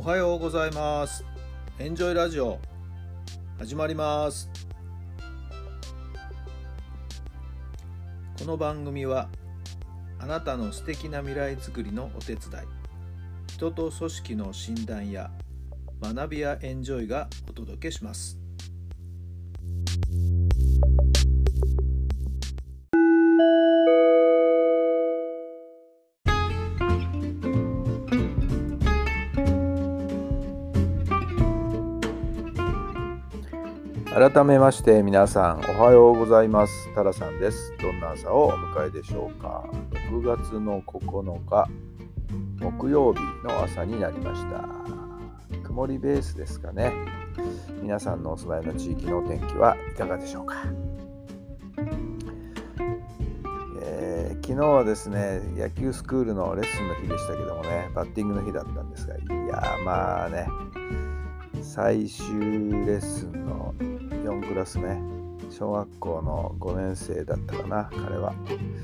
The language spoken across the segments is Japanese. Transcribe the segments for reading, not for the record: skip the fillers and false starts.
おはようございます。エンジョイラジオ始まります。この番組はあなたの素敵な未来づくりのお手伝い、人と組織の診断や学びやエンジョイがお届けします。改めまして皆さんおはようございます。タラさんです。どんな朝をお迎えでしょうか。6月の9日木曜日の朝になりました。曇りベースですかね。皆さんのお住まいの地域のお天気はいかがでしょうか。昨日はですね、野球スクールのレッスンの日でしたけどもね、バッティングの日だったんですが、まあね、最終レッスンの4クラス目、小学校の5年生だったかな、彼は、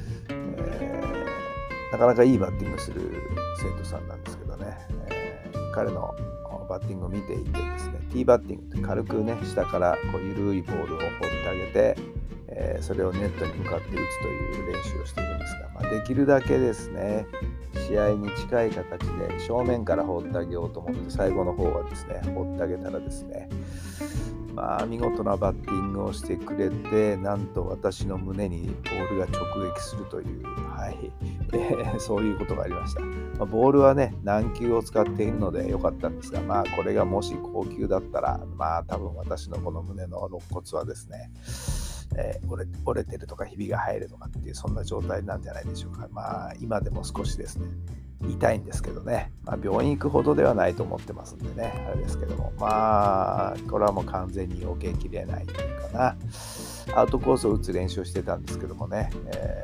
なかなかいいバッティングする生徒さんなんですけどね、彼のバッティングを見ていてですね、ティーバッティングって軽くね、下からこう緩いボールを放ってあげて、それをネットに向かって打つという練習をしているんですが、できるだけですね、試合に近い形で正面から放ってあげようと思って、最後の方はですね、放ってあげたらですね、見事なバッティングをしてくれて、なんと私の胸にボールが直撃するという、そういうことがありました。ボールはね、軟球を使っているので良かったんですが、これがもし高球だったら、多分私のこの胸の肋骨はですね、折れてるとかひびが入るとかっていう、そんな状態なんじゃないでしょうか。今でも少しですね、痛いんですけどね、病院行くほどではないと思ってますんでね、あれですけども、これはもう完全に避けきれないというかな、アウトコースを打つ練習をしてたんですけどもね、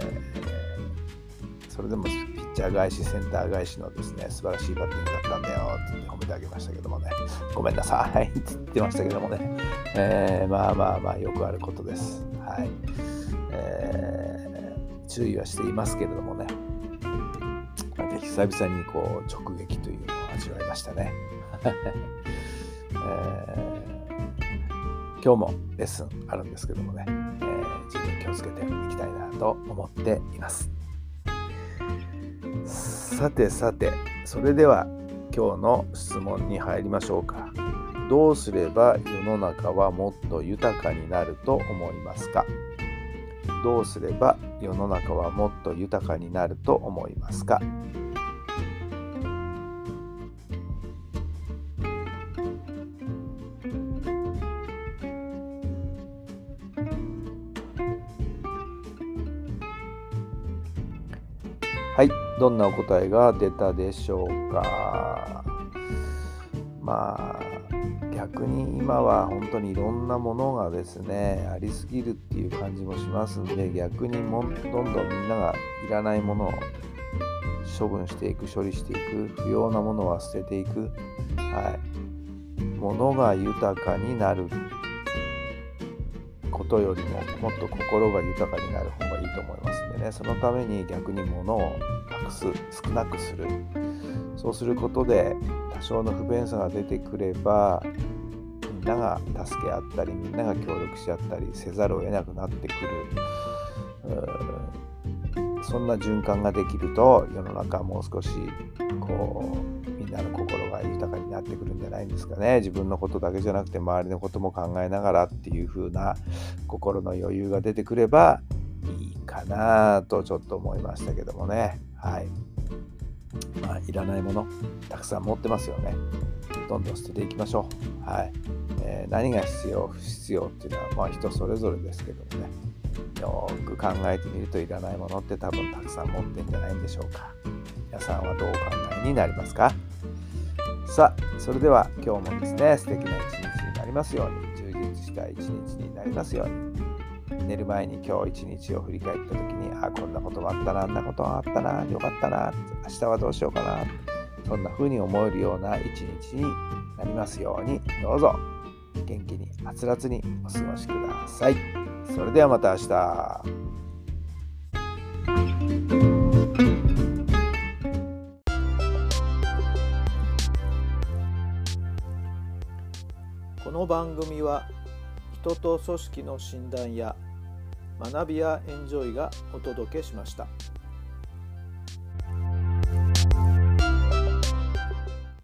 それでもピッチャー返し、センター返しのですね、素晴らしいバッティングだったんだよって褒めてあげましたけどもね、ごめんなさいって言ってましたけどもね、よくあることです。注意はしていますけれどもね、久々にこう直撃というのを味わいましたね。今日もレッスンあるんですけどもね、自分気をつけていきたいなと思っています。さて、それでは今日の質問に入りましょうか。どうすれば世の中はもっと豊かになると思いますか？どうすれば世の中はもっと豊かになると思いますか？はい、どんなお答えが出たでしょうか。逆に今は本当にいろんなものがですね、ありすぎるっていう感じもしますんで、逆にどんどんみんながいらないものを処分していく、処理していく、不要なものは捨てていく、ものが豊かになることよりももっと心が豊かになる方がいいと思いますんでね、そのために逆に物をなくす、少なくする、そうすることで多少の不便さが出てくれば、みんなが助け合ったり、みんなが協力し合ったりせざるを得なくなってくる、そんな循環ができると、世の中はもう少しみんなの心が豊かになってくるんじゃないんですかね。自分のことだけじゃなくて周りのことも考えながらっていう風な心の余裕が出てくればいいかなとちょっと思いましたけどもね。いらないものたくさん持ってますよね。どんどん捨てていきましょう。何が必要不必要っていうのは人それぞれですけどもね、よく考えてみるといらないものって多分たくさん持ってんじゃないんでしょうか。皆さんはどうお考えになりますか？さあ、それでは今日もですね、素敵な一日になりますように、充実した一日になりますように、寝る前に今日一日を振り返った時に、こんなこともあったな、あんなこともあったな、よかったな、明日はどうしようかな、そんな風に思えるような一日になりますように、どうぞ元気にはつらつにお過ごしください。それではまた明日。 の番組は人と組織の診断や学びやエンジョイがお届けしました。